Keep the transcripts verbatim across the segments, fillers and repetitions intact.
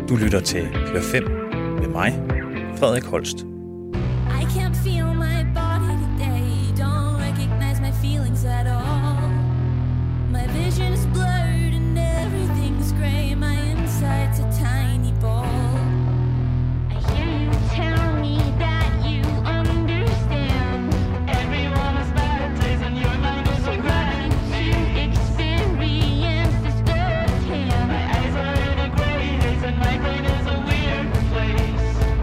Du lytter til Klør fem med mig, Frederik Holst. I can't feel my body today, don't recognize my feelings at all. My vision is blurred and everything's gray, my inside's a tiny ball. I hear you tell me that you understand. Everyone is bad days and your mind is so grand. To experience this firsthand. My eyes are in a gray haze and my brain is a weird place.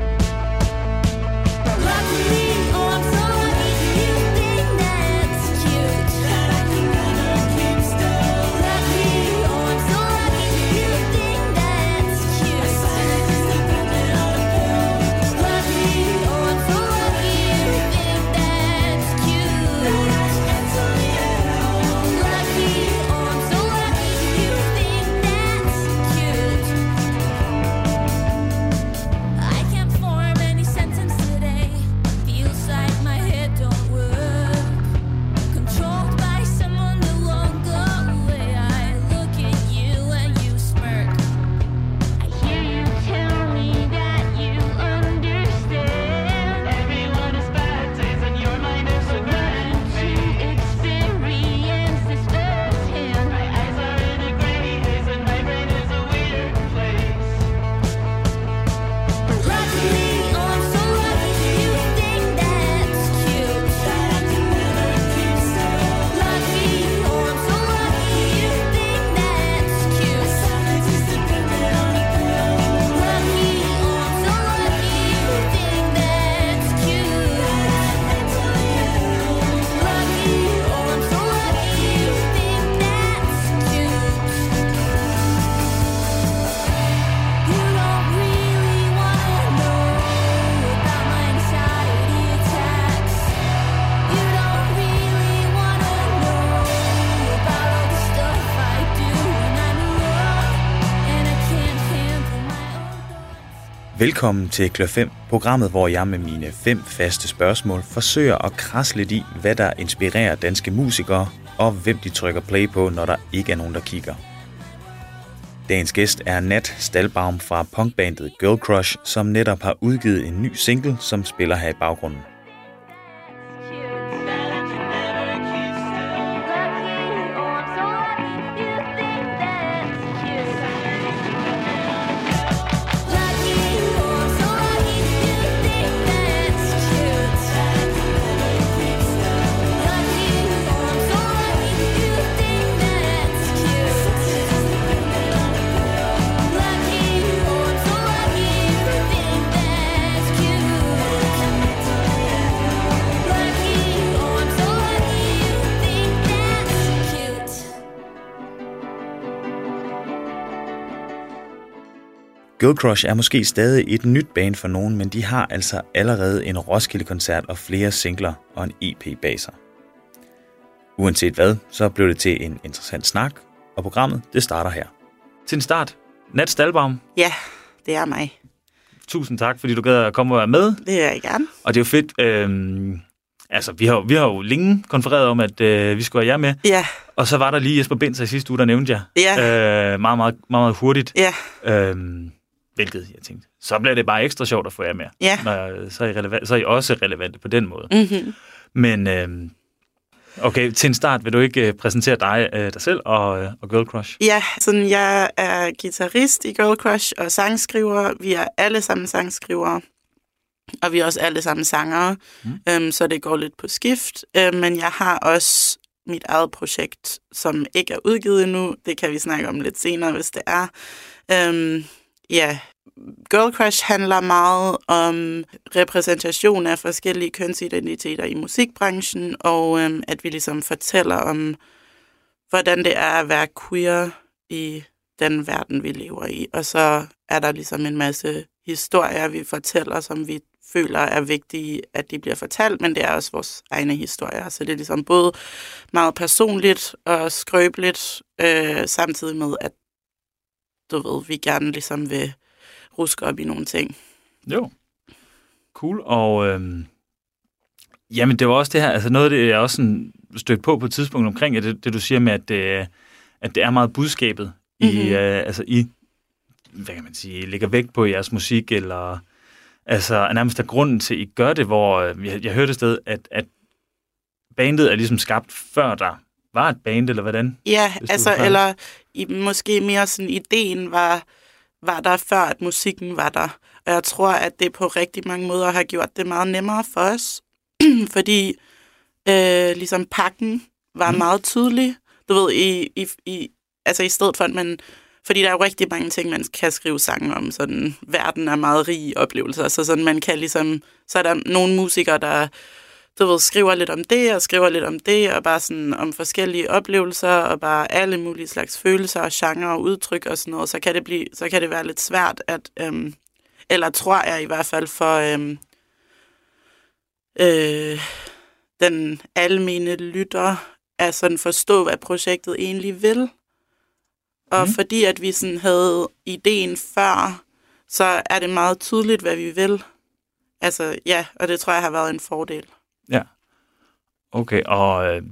Luckily, oh I'm so lucky, you think that's cute. That I can never keep still. Lucky, oh I'm so lucky, you think that's cute. Silence is dependent on a pill. Lucky, oh I'm so lucky, you think that's cute. Mentally ill. Lucky, oh I'm so lucky, you think that's cute. I can't form any sentence today. Feels like my head don't work. Controlled by someone no longer away. I look at you and you smirk. I hear you tell me that you understand. Everyone is bad days and your mind is so grand. To experience this firsthand. My eyes are in a gray haze and my brain is a weird place. Luckily, oh I'm so lucky, you think that's cute. That I can never keep still. Lucky, oh I'm so lucky, you think that's cute. Silence is dependent on a pill. Lucky, oh I'm so lucky, you think that's cute. Mentally ill. Lucky, oh I'm so lucky, you think that's cute. You don't really wanna know about my anxiety attacks. You don't really wanna know about all the stuff I do when I'm alone and I can't handle my own thoughts. Velkommen til Klør fem, programmet, hvor jeg med mine fem faste spørgsmål forsøger at krasse lidt i, hvad der inspirerer danske musikere, og hvem de trykker play på, når der ikke er nogen, der kigger. Dagens gæst er Nat Stalbaum fra punkbandet Girl Crush, som netop har udgivet en ny single, som spiller her i baggrunden. Girl Crush er måske stadig et nyt band for nogen, men de har altså allerede en Roskilde-koncert og flere singler og en E P bag sig. Uanset hvad, så blev det til en interessant snak, og programmet det starter her. Til en start, Nat Stalbaum. Ja, det er mig. Tusind tak, fordi du gad at komme og være med. Det er jeg gerne. Og det er jo fedt. Øh, altså, vi har, vi har jo længe konfereret om, at øh, vi skulle have jer med. Ja. Og så var der lige Jesper Binzer i sidste uge, der nævnte jeg. Ja. Øh, meget, meget, meget, meget hurtigt. Ja. Øh, hvilket jeg tænkte, så bliver det bare ekstra sjovt at få jer med. Ja. Når, så, er I relevant, så er I også relevante på den måde. Mm-hmm. Men øh, okay, til en start vil du ikke øh, præsentere dig, øh, dig selv og, øh, og Girl Crush? Ja, sådan jeg er guitarist i Girl Crush og sangskriver. Vi er alle sammen sangskrivere, og vi er også alle sammen sangere, mm. øhm, så det går lidt på skift. Øhm, men jeg har også mit eget projekt, som ikke er udgivet endnu. Det kan vi snakke om lidt senere, hvis det er. Øhm, ja, Girl Crush handler meget om repræsentation af forskellige kønsidentiteter i musikbranchen, og øhm, at vi ligesom fortæller om, hvordan det er at være queer i den verden, vi lever i. Og så er der ligesom en masse historier, vi fortæller, som vi føler er vigtige, at de bliver fortalt, men det er også vores egne historier. Så det er ligesom både meget personligt og skrøbeligt, øh, samtidig med, at du ved, vi gerne ligesom vil ruske op i nogle ting. Jo. Cool. Og øhm, jamen, det var også det her, altså noget af det, jeg også sådan stødt på på et tidspunkt omkring, at det, det du siger med, at det, at det er meget budskabet mm-hmm. i, øh, altså i hvad kan man sige, lægger vægt på i jeres musik, eller altså nærmest er grunden til, at I gør det, hvor jeg, jeg hørte et sted, at, at bandet er ligesom skabt, før der var et band, eller hvordan? Ja, altså, eller i, måske mere sådan, ideen var, var der før, at musikken var der. Og jeg tror, at det på rigtig mange måder har gjort det meget nemmere for os, fordi øh, ligesom pakken var mm. meget tydelig. Du ved, i, i, i, altså i stedet for, at man... Fordi der er jo rigtig mange ting, man kan skrive sange om. Sådan, verden er meget rig i oplevelser, så sådan, man kan ligesom... Så er der nogle musikere, der... Du ved, skriver lidt om det, og skriver lidt om det, og bare sådan om forskellige oplevelser, og bare alle mulige slags følelser, og genre og udtryk og sådan noget, så kan det, blive, så kan det være lidt svært at, øhm, eller tror jeg i hvert fald for øhm, øh, den almene lytter, at sådan forstå, hvad projektet egentlig vil. Og mm. fordi at vi sådan havde ideen før, så er det meget tydeligt, hvad vi vil. Altså, ja, og det tror jeg har været en fordel. Ja, okay, og øh,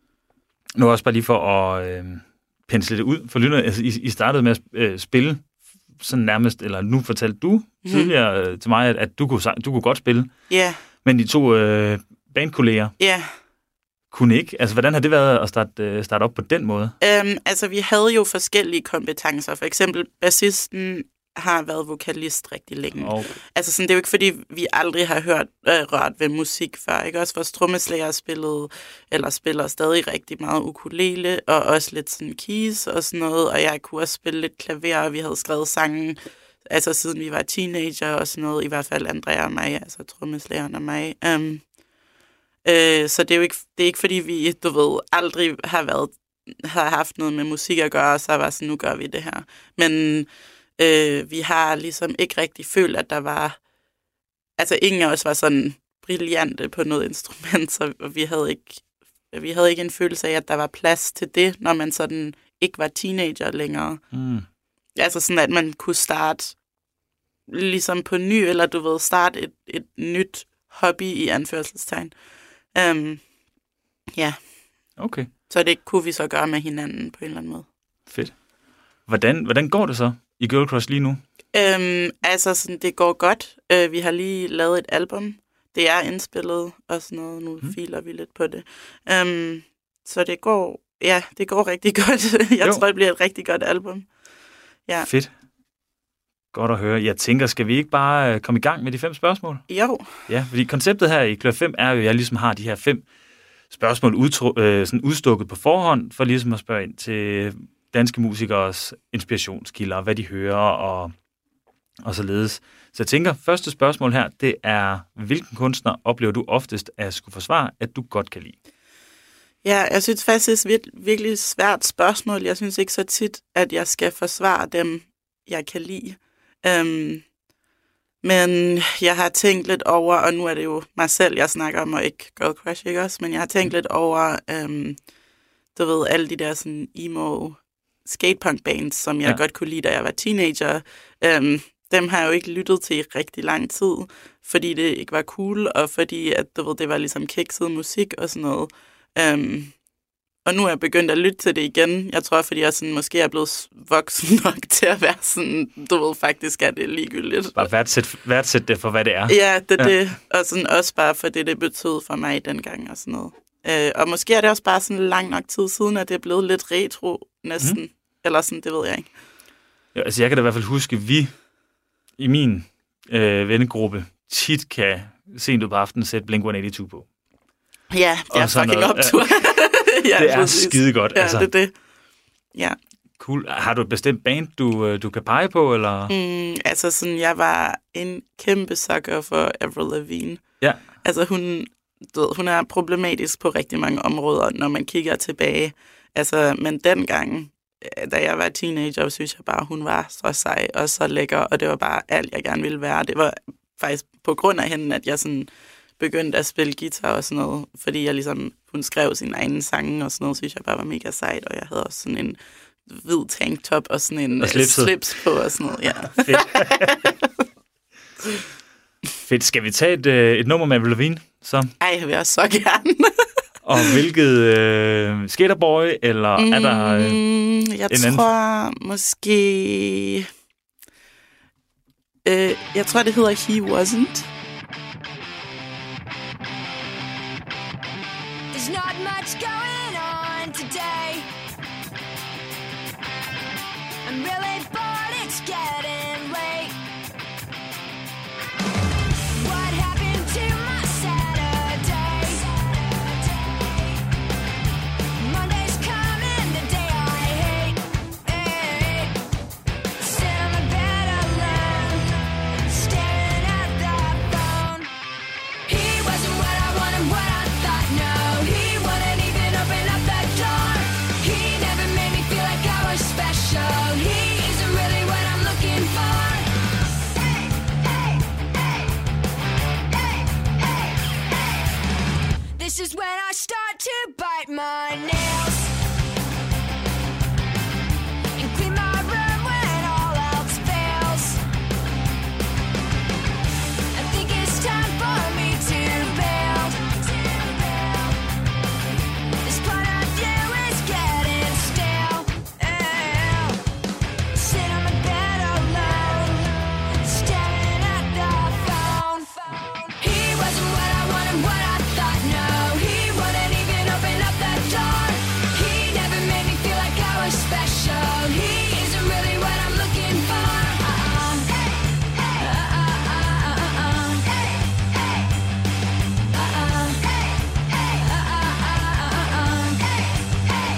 nu også bare lige for at øh, pensle det ud for lytterne. Altså, I, I startede med at øh, spille sådan nærmest, eller nu fortalte du mm. tidligere øh, til mig, at, at du, kunne, du kunne godt spille. Ja. Yeah. Men de to øh, bandkolleger ja. Yeah. kunne ikke. Altså, hvordan har det været at starte, øh, starte op på den måde? Um, altså, vi havde jo forskellige kompetencer. For eksempel, bassisten har været vokalist rigtig længe. Okay. Altså sådan, det er jo ikke, fordi vi aldrig har hørt øh, rørt ved musik før, ikke? Også vores trommeslager spillede, eller spiller stadig rigtig meget ukulele, og også lidt sådan keys og sådan noget, og jeg kunne også spille lidt klaver, og vi havde skrevet sange, altså siden vi var teenager og sådan noget, i hvert fald Andrea og mig, altså trommeslageren og mig. Um, øh, så det er jo ikke, det er ikke, fordi vi, du ved, aldrig har været, har haft noget med musik at gøre, og så var sådan, nu gør vi det her. Men Øh, vi har ligesom ikke rigtig følt, at der var... Altså, ingen af os var sådan brillante på noget instrument, så vi havde ikke, vi havde ikke en følelse af, at der var plads til det, når man sådan ikke var teenager længere. Mm. Altså sådan, at man kunne starte ligesom på ny, eller du ved, starte et, et nyt hobby i anførselstegn. Um, ja. Okay. Så det kunne vi så gøre med hinanden på en eller anden måde. Fedt. Hvordan, hvordan går det så i Girl Crush lige nu? Øhm, altså, sådan, det går godt. Øh, vi har lige lavet et album. Det er indspillet og sådan noget. Nu mm. filer vi lidt på det. Øhm, så det går, ja, det går rigtig godt. Jeg jo. tror, det bliver et rigtig godt album. Ja. Fedt. Godt at høre. Jeg tænker, skal vi ikke bare komme i gang med de fem spørgsmål? Jo. Ja, fordi konceptet her i Klør fem er jo, at jeg ligesom har de her fem spørgsmål udtru- øh, sådan udstukket på forhånd, for ligesom at spørge ind til danske musikers inspirationskilder, hvad de hører og, og således. Så jeg tænker, første spørgsmål her, det er, hvilken kunstner oplever du oftest at skulle forsvare, at du godt kan lide? Ja, jeg synes faktisk, det er et virkelig svært spørgsmål. Jeg synes ikke så tit, at jeg skal forsvare dem, jeg kan lide. Um, men jeg har tænkt lidt over, og nu er det jo mig selv, jeg snakker om, og ikke Girl Crush, ikke også? Men jeg har tænkt lidt over, um, du ved, alle de der sådan emo skatepunk bands, som jeg ja. godt kunne lide, da jeg var teenager. Um, dem har jeg jo ikke lyttet til i rigtig lang tid, fordi det ikke var cool, og fordi at, du ved, det var ligesom kikset musik og sådan noget. Um, og nu er jeg begyndt at lytte til det igen. Jeg tror, fordi jeg sådan, måske er blevet voksen nok til at være sådan, du ved, faktisk er det ligegyldigt. Bare værdsæt, værdsæt det for, hvad det er. Ja, det er ja. det. Og sådan også bare for det, det betød for mig dengang og sådan noget. Uh, og måske er det også bare sådan lang nok tid siden, at det er blevet lidt retro næsten. Mm. Eller sådan, det ved jeg ikke. Ja, altså, jeg kan da i hvert fald huske, at vi i min øh, vennegruppe tit kan sent ud på aftenen sætte Blink et hundrede otteogtyve på. Ja, det er fucking optur. Ja, det er skide godt. Ja, altså. det er det. Ja. Cool. Har du et bestemt band, du, du kan pege på, eller? Mm, altså, sådan, jeg var en kæmpe sucker for Avril Lavigne. Ja. Altså, hun, du ved, hun er problematisk på rigtig mange områder, når man kigger tilbage. Altså, men dengang, da jeg var teenager, synes jeg bare, hun var så sej og så lækker, og det var bare alt, jeg gerne ville være. Det var faktisk på grund af hende, at jeg sådan begyndte at spille guitar og sådan noget, fordi jeg ligesom, hun skrev sin egen sange og sådan noget, synes jeg bare var mega sejt, og jeg havde også sådan en hvid tanktop og sådan en og slips på og sådan noget, ja. Fedt. Fedt. Skal vi tage et, et nummer med Avril Lavigne, så? Ej, jeg vil også så gerne. Og hvilket øh, Skaterboy, eller mm, er der øh, jeg en tror anden? måske Øh, jeg tror, det hedder He Wasn't. There's not much going on today. I'm really bored, it's getting late. What happened to my Saturday? Monday's coming, the day I hate. Hey. Sit on my bed alone, staring at the phone. He wasn't what I wanted, what I thought, no. He wouldn't even open up the door. He never made me feel like I was special. He isn't really what I'm looking for. Hey, hey, hey, hey, hey, hey. This is when I start to bite my nails and clean my room when all else fails. I think it's time for me to bail. This point of view is getting stale. Ew. Sit on my bed alone, staring at the phone. He wasn't what I wanted, what I thought, no. He wouldn't even open up the door. He never made me feel like I was special. He isn't really what I'm looking for. Uh-uh. Hey, hey, uh-uh, uh-uh, hey, hey, uh-uh, hey, hey, uh-uh, uh-uh, hey, hey.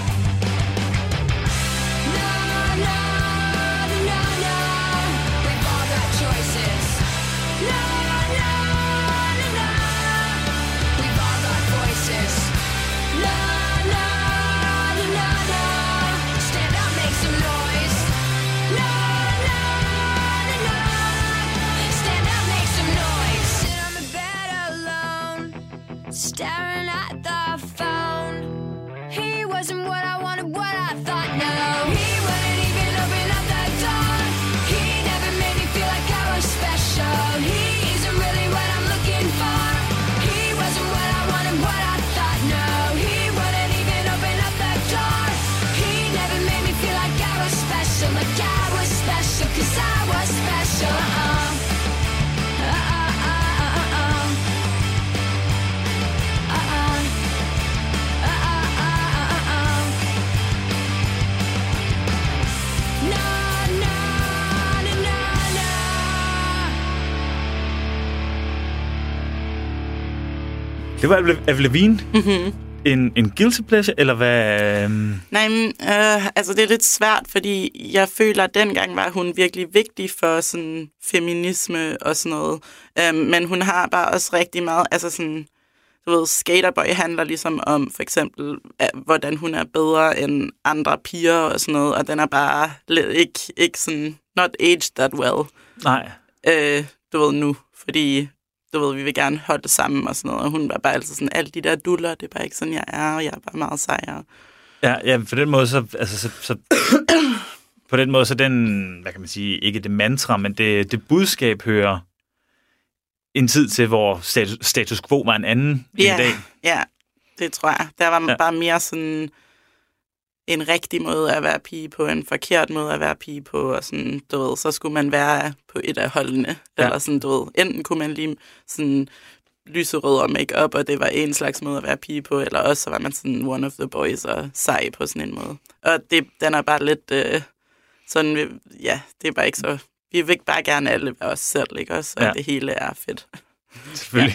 No, no, no, no. We've all got choices. No, no, no, no. We've all got voices. No, no, no, no, no. Stand up, make some noise. No, no, no, no. Stand up, make some noise. Sit on my bed alone, staring at the phone. He wasn't what I wanted, what I thought, no. He wouldn't even open up the door. He never made me feel like I was special. He isn't really what I'm looking for. He wasn't what I wanted, what I thought, no. He wouldn't even open up the door. He never made me feel like I was special, like I was special, cause I was special. Uh-uh. Uh-uh, uh-uh, uh-uh. Uh-uh. Uh-uh, uh-uh, uh-uh. No, no, no, no, no. Det var Avril Lavigne. Mm-hmm. En, en guilty pleasure, eller hvad? øhm? Nej, men, øh, altså det er lidt svært, fordi jeg føler, at dengang var hun virkelig vigtig for sådan feminisme og sådan noget. Øhm, men hun har bare også rigtig meget, altså sådan, du ved, Skaterboy handler ligesom om for eksempel, at, hvordan hun er bedre end andre piger og sådan noget, og den er bare lidt, ikke, ikke sådan, not aged that well. Nej. Øh, du ved nu, fordi du ved, vi vil gerne holde det sammen og sådan noget, og hun var bare altid sådan, alle de der duller, det er bare ikke sådan, jeg er, og jeg er bare meget sejere. Ja, ja, på den måde så, altså, så, så på den måde så den, hvad kan man sige, ikke det mantra, men det, det budskab hører en tid til, hvor status, status quo var en anden ja, i dag. Ja, det tror jeg. Der var ja. bare mere sådan en rigtig måde at være pige på, en forkert måde at være pige på, og sådan, du ved, så skulle man være på et af holdene. Ja. Eller sådan, du ved, enten kunne man lige sådan lyserød og make-up, og det var en slags måde at være pige på, eller også så var man sådan one of the boys og sej på sådan en måde. Og det, den er bare lidt øh, sådan, ja, det er bare ikke så... Vi vil bare gerne alle være os selv, ikke også? Og ja. Det hele er fedt. Selvfølgelig.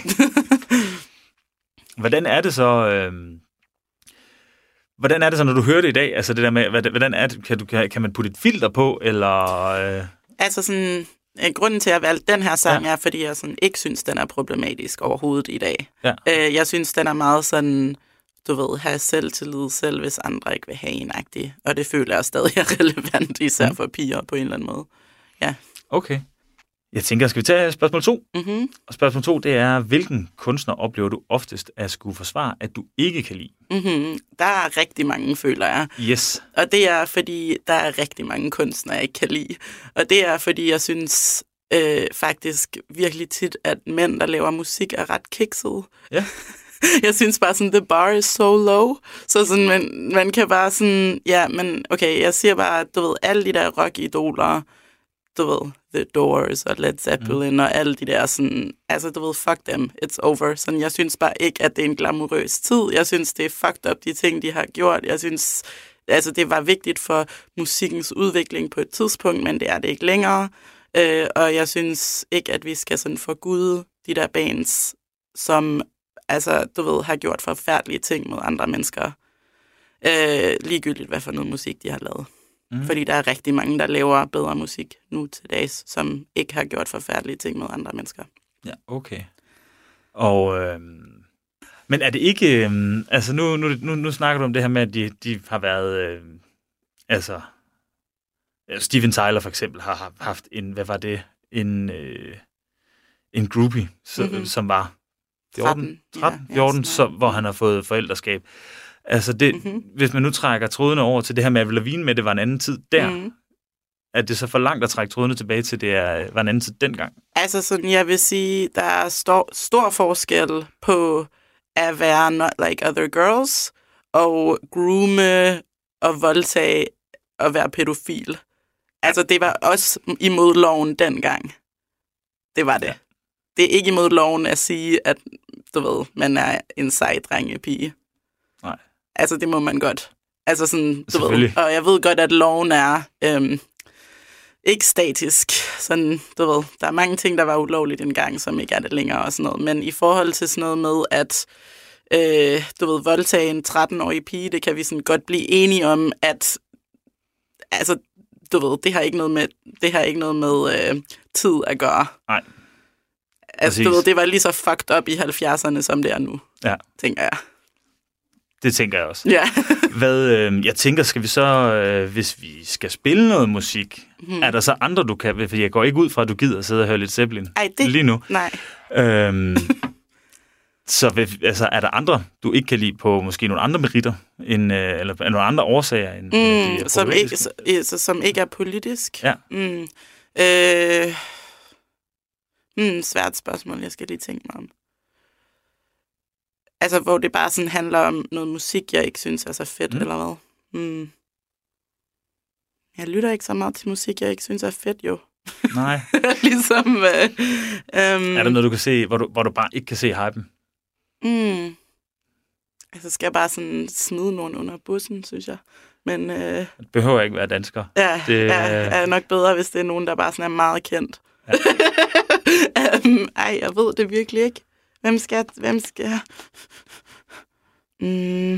Hvordan er det så... Øh... Hvordan er det så, når du hører det i dag? Altså det der med, hvordan er det? Kan, du, kan man putte et filter på, eller... Øh... Altså sådan... Grunden til, at jeg valgte den her sang, ja. er, fordi jeg sådan ikke synes, den er problematisk overhovedet i dag. Ja. Øh, jeg synes, den er meget sådan... Du ved, have selvtillid selv, hvis andre ikke vil have en-agtig. Og det føler jeg stadig er relevant, især for piger på en eller anden måde. Ja. Okay. Jeg tænker, skal vi tage spørgsmål to? Mm-hmm. Og spørgsmål to, det er, hvilken kunstner oplever du oftest at skulle forsvare, at du ikke kan lide? Mm-hmm. Der er rigtig mange, føler jeg. Yes. Og det er, fordi der er rigtig mange kunstnere, jeg ikke kan lide. Og det er, fordi jeg synes øh, faktisk virkelig tit, at mænd, der laver musik, er ret kiksede. Ja. Jeg synes bare sådan, the bar is so low. Så sådan, man, man kan bare sådan, ja, men okay, jeg siger bare, at du ved, alle de der rock-idoler, du ved, The Doors og Led Zeppelin mm. og alle de der sådan, altså du ved, fuck them, it's over. Sådan, jeg synes bare ikke, at det er en glamourøs tid. Jeg synes, det er fucked up, de ting, de har gjort. Jeg synes, altså det var vigtigt for musikkens udvikling på et tidspunkt, men det er det ikke længere. Øh, og jeg synes ikke, at vi skal sådan forgude de der bands, som, altså du ved, har gjort forfærdelige ting mod andre mennesker. Øh, ligegyldigt, hvad for noget musik de har lavet. Mm. Fordi der er rigtig mange, der laver bedre musik nu til dags, som ikke har gjort forfærdelige ting med andre mennesker. Ja, okay. Og, øh, men er det ikke... Øh, altså, nu, nu, nu, nu snakker du om det her med, at de, de har været... Øh, altså... Steven Tyler for eksempel har haft en... Hvad var det? En, øh, en groupie, så, mm-hmm. som var fjorten, tretten, fjorten, ja, så, hvor han har fået forældreskab. Altså, det, mm-hmm. hvis man nu trækker trådene over til det her med Avril Lavigne med, det var en anden tid der, mm. er det så for langt at trække trådene tilbage til, det er, var en anden tid dengang? Altså, sådan, jeg vil sige, der er stor, stor forskel på at være not like other girls, og groome og voldtage og være pædofil. Altså, det var også imod loven dengang. Det var det. Ja. Det er ikke imod loven at sige, at du ved, man er en sej drengepige. Nej. Altså, det må man godt. Altså sådan, du ved. Og jeg ved godt, at loven er øhm, ikke statisk. Sådan, du ved, der er mange ting, der var ulovligt engang, som ikke er det længere og sådan noget. Men i forhold til sådan noget med, at øh, du ved, voldtage en tretten-årig pige, det kan vi sådan godt blive enige om, at altså, du ved, det har ikke noget med, det har ikke noget med øh, tid at gøre. Nej. Altså, du ved, det var lige så fucked up i halvfjerdserne, som det er nu, ja. Tænker jeg. Det tænker jeg også. Ja. Hvad, øh, jeg tænker, skal vi så, øh, hvis vi skal spille noget musik, hmm. er der så andre, du kan... For jeg går ikke ud fra, at du gider at sidde og høre lidt Zeppelin Ej, det, lige nu. Nej. Øhm, så altså, er der andre, du ikke kan lide på måske nogle andre meritter, end, øh, eller nogle andre årsager? End, mm, end som, ikke, så, så, som ikke er politisk? Ja. Mm, øh, mm, svært spørgsmål, jeg skal lige tænke mig om. Altså, hvor det bare sådan handler om noget musik, jeg ikke synes er så fedt, mm. eller hvad? Mm. Jeg lytter ikke så meget til musik, jeg ikke synes er fedt, jo. Nej. ligesom... Øh, øh, er der noget, du kan se, hvor du, hvor du bare ikke kan se hypen? Mm. Altså, skal jeg bare sådan smide nogen under bussen, synes jeg. Men... Øh, det behøver ikke være dansker. Ja, det ja, er nok bedre, hvis det er nogen, der bare sådan er meget kendt. Ja. um, ej, jeg ved det virkelig ikke. Hvem skal... Hvem skal... Mm.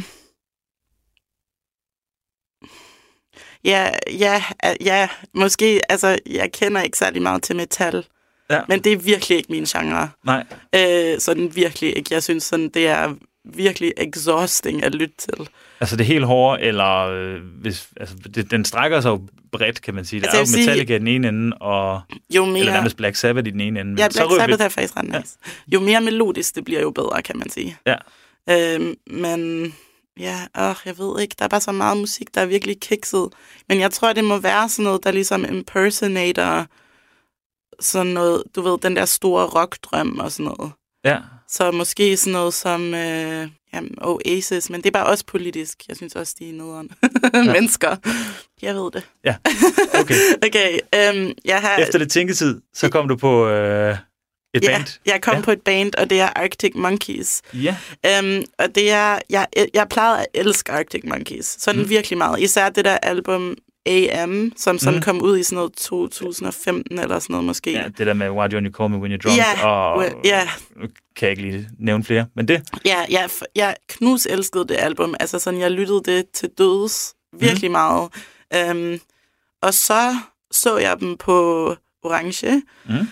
Ja, ja, ja, måske, altså, jeg kender ikke særlig meget til metal, ja. Men det er virkelig ikke min genre. Nej. Øh, sådan virkelig ikke. Jeg synes, sådan, det er virkelig exhausting at lytte til. Altså det helt hårde, eller øh, hvis, altså, det, den strækker sig jo bredt, kan man sige. Der altså, er jo Metallica sige, i den ene ende, og jo mere, eller nærmest Black Sabbath i den ene ende. Ja, Black Sabbath er faktisk ret nice. Ja. Jo mere melodisk det bliver, jo bedre, kan man sige. Ja. Øh, men... Ja, åh, jeg ved ikke. Der er bare så meget musik, der er virkelig kikset. Men jeg tror, det må være sådan noget, der ligesom impersonator sådan noget, du ved, den der store rockdrøm og sådan noget. Ja. Så måske sådan noget som øh, jamen, Oasis, men det er bare også politisk. Jeg synes også, de er nederen ja. Mennesker. Jeg ved det. Ja, okay. okay um, jeg har... Efter lidt tænketid, så kom du på... Øh... Et ja, band? Jeg kom ja. på et band, og det er Arctic Monkeys. Ja. Um, og det er, jeg, jeg plejede at elske Arctic Monkeys. Sådan mm. virkelig meget. Især det der album A M, som sådan mm. kom ud i sådan noget to tusind og femten eller sådan noget måske. Ja, det der med Why Don't You Call Me When You're Drunk. Ja, og ja. Nu kan jeg ikke lige nævne flere, men det... Ja, jeg, jeg knus elskede det album. Altså sådan, jeg lyttede det til døds virkelig mm. meget. Um, og så så jeg dem på Orange. Mm.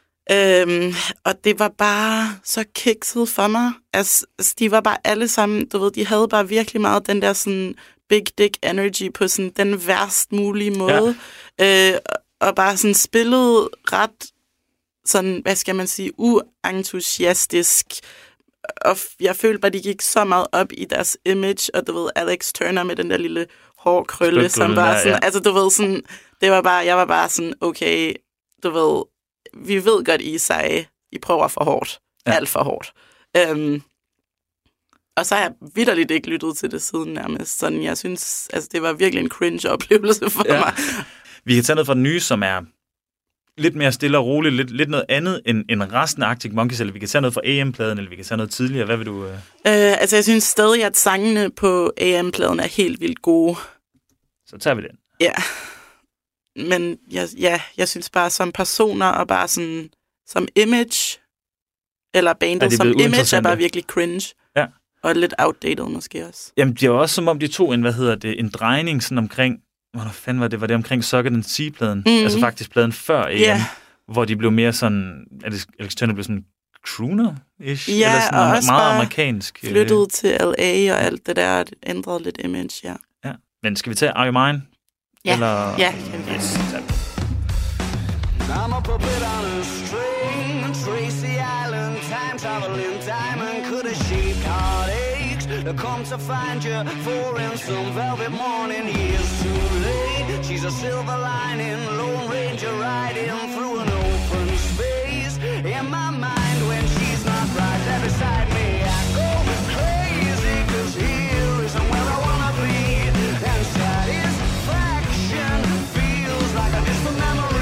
Øhm, og det var bare så kikset for mig. Altså, de var bare alle sammen, du ved, de havde bare virkelig meget den der sådan big dick energy på sådan den værst mulige måde. Ja. Øh, og bare sådan spillede ret sådan, hvad skal man sige, uentusiastisk. Og jeg følte bare, de gik så meget op i deres image, og du ved, Alex Turner med den der lille hårkrølle, som bare sådan, ja. Altså du ved, sådan, det var bare, jeg var bare sådan, okay, du ved, vi ved godt, I sagde, I prøver for hårdt. Ja. Alt for hårdt. Øhm, og så har jeg vitterligt ikke lyttet til det siden nærmest. Sådan, jeg synes, altså, det var virkelig en cringe-oplevelse for ja. mig. Vi kan tage noget fra den nye, som er lidt mere stille og roligt, lidt, lidt noget andet end, end resten af Arctic Monkeys, eller vi kan tage noget fra A M-pladen, eller vi kan tage noget tidligere. Hvad vil du... Øh... Øh, altså, jeg synes stadig, at sangene på A M-pladen er helt vildt gode. Så tager vi den. Ja. Men jeg, ja, jeg synes bare, som personer og bare sådan, som image, eller bandet som image, er bare virkelig cringe. Ja. Og lidt outdated måske også. Jamen, det er også som om, de tog en, hvad hedder det, en drejning sådan omkring, hvor fanden var det, var det omkring Sucker and Sea-pladen? Mm-hmm. Altså faktisk pladen før A M, yeah. hvor de blev mere sådan, Alex Turner blev sådan crooner-ish? Ja, eller sådan og noget, også meget amerikansk. Flyttede til L A og alt det der, ændrede lidt image, ja. Ja, men skal vi tage Are You Mine? Ja, eller... ja. Yes, I'm a puppet on a string, Tracy Island, time traveling diamond, could have shaped heartaches, come to find you, for in some velvet morning, years too late, she's a silver lining, Lone Ranger riding through an open space, in my mind when she's not right there beside me, I go crazy, cause here isn't where I wanna be, and satisfaction feels like a distant memory.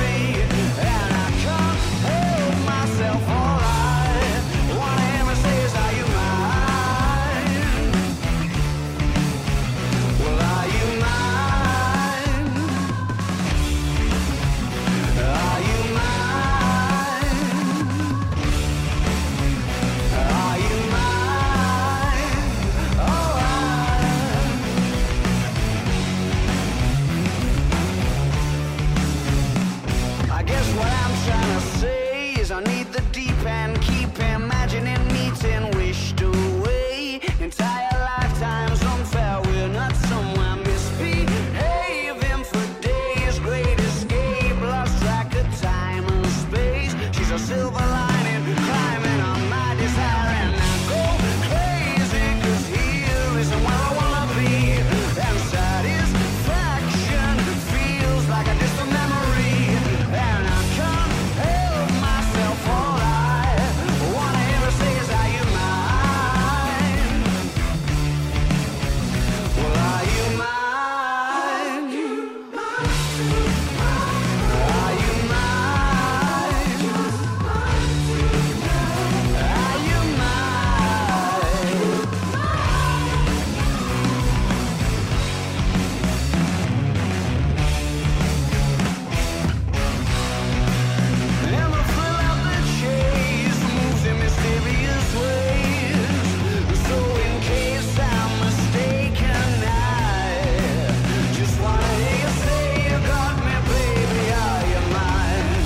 I need the deep end, keep imagining meeting wished away. Entire lifetimes unfair, we're not somewhere misbehaving for days. Great escape, lost track of time and space. She's a silver lining, climbing on my desire, and I go crazy, cause here isn't where I wanna be. And satisfaction feels like a distant memory, and I can't help myself. All I wanna ever say is, are you mine? Well, are you mine? Are you mine? Are you mine? And the thrill of the chase moves in mysterious ways. So in case I'm mistaken, I just wanna hear you say you got me, baby, are you mine?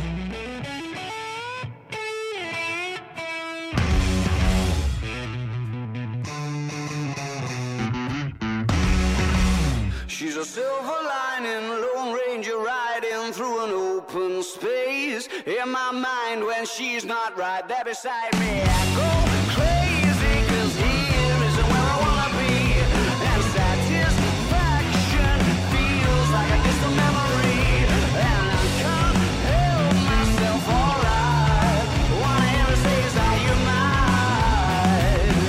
She's a silver lining, Lone Ranger riding through an open space. In my mind when she's not right there beside me, I go crazy, cause here isn't where I wanna be. And satisfaction feels like a distant memory, and I can't help myself. All I wanna ever say is, are you mine?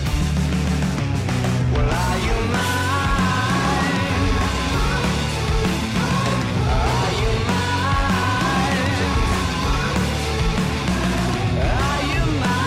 Well, are you mine? Are you mine? Are you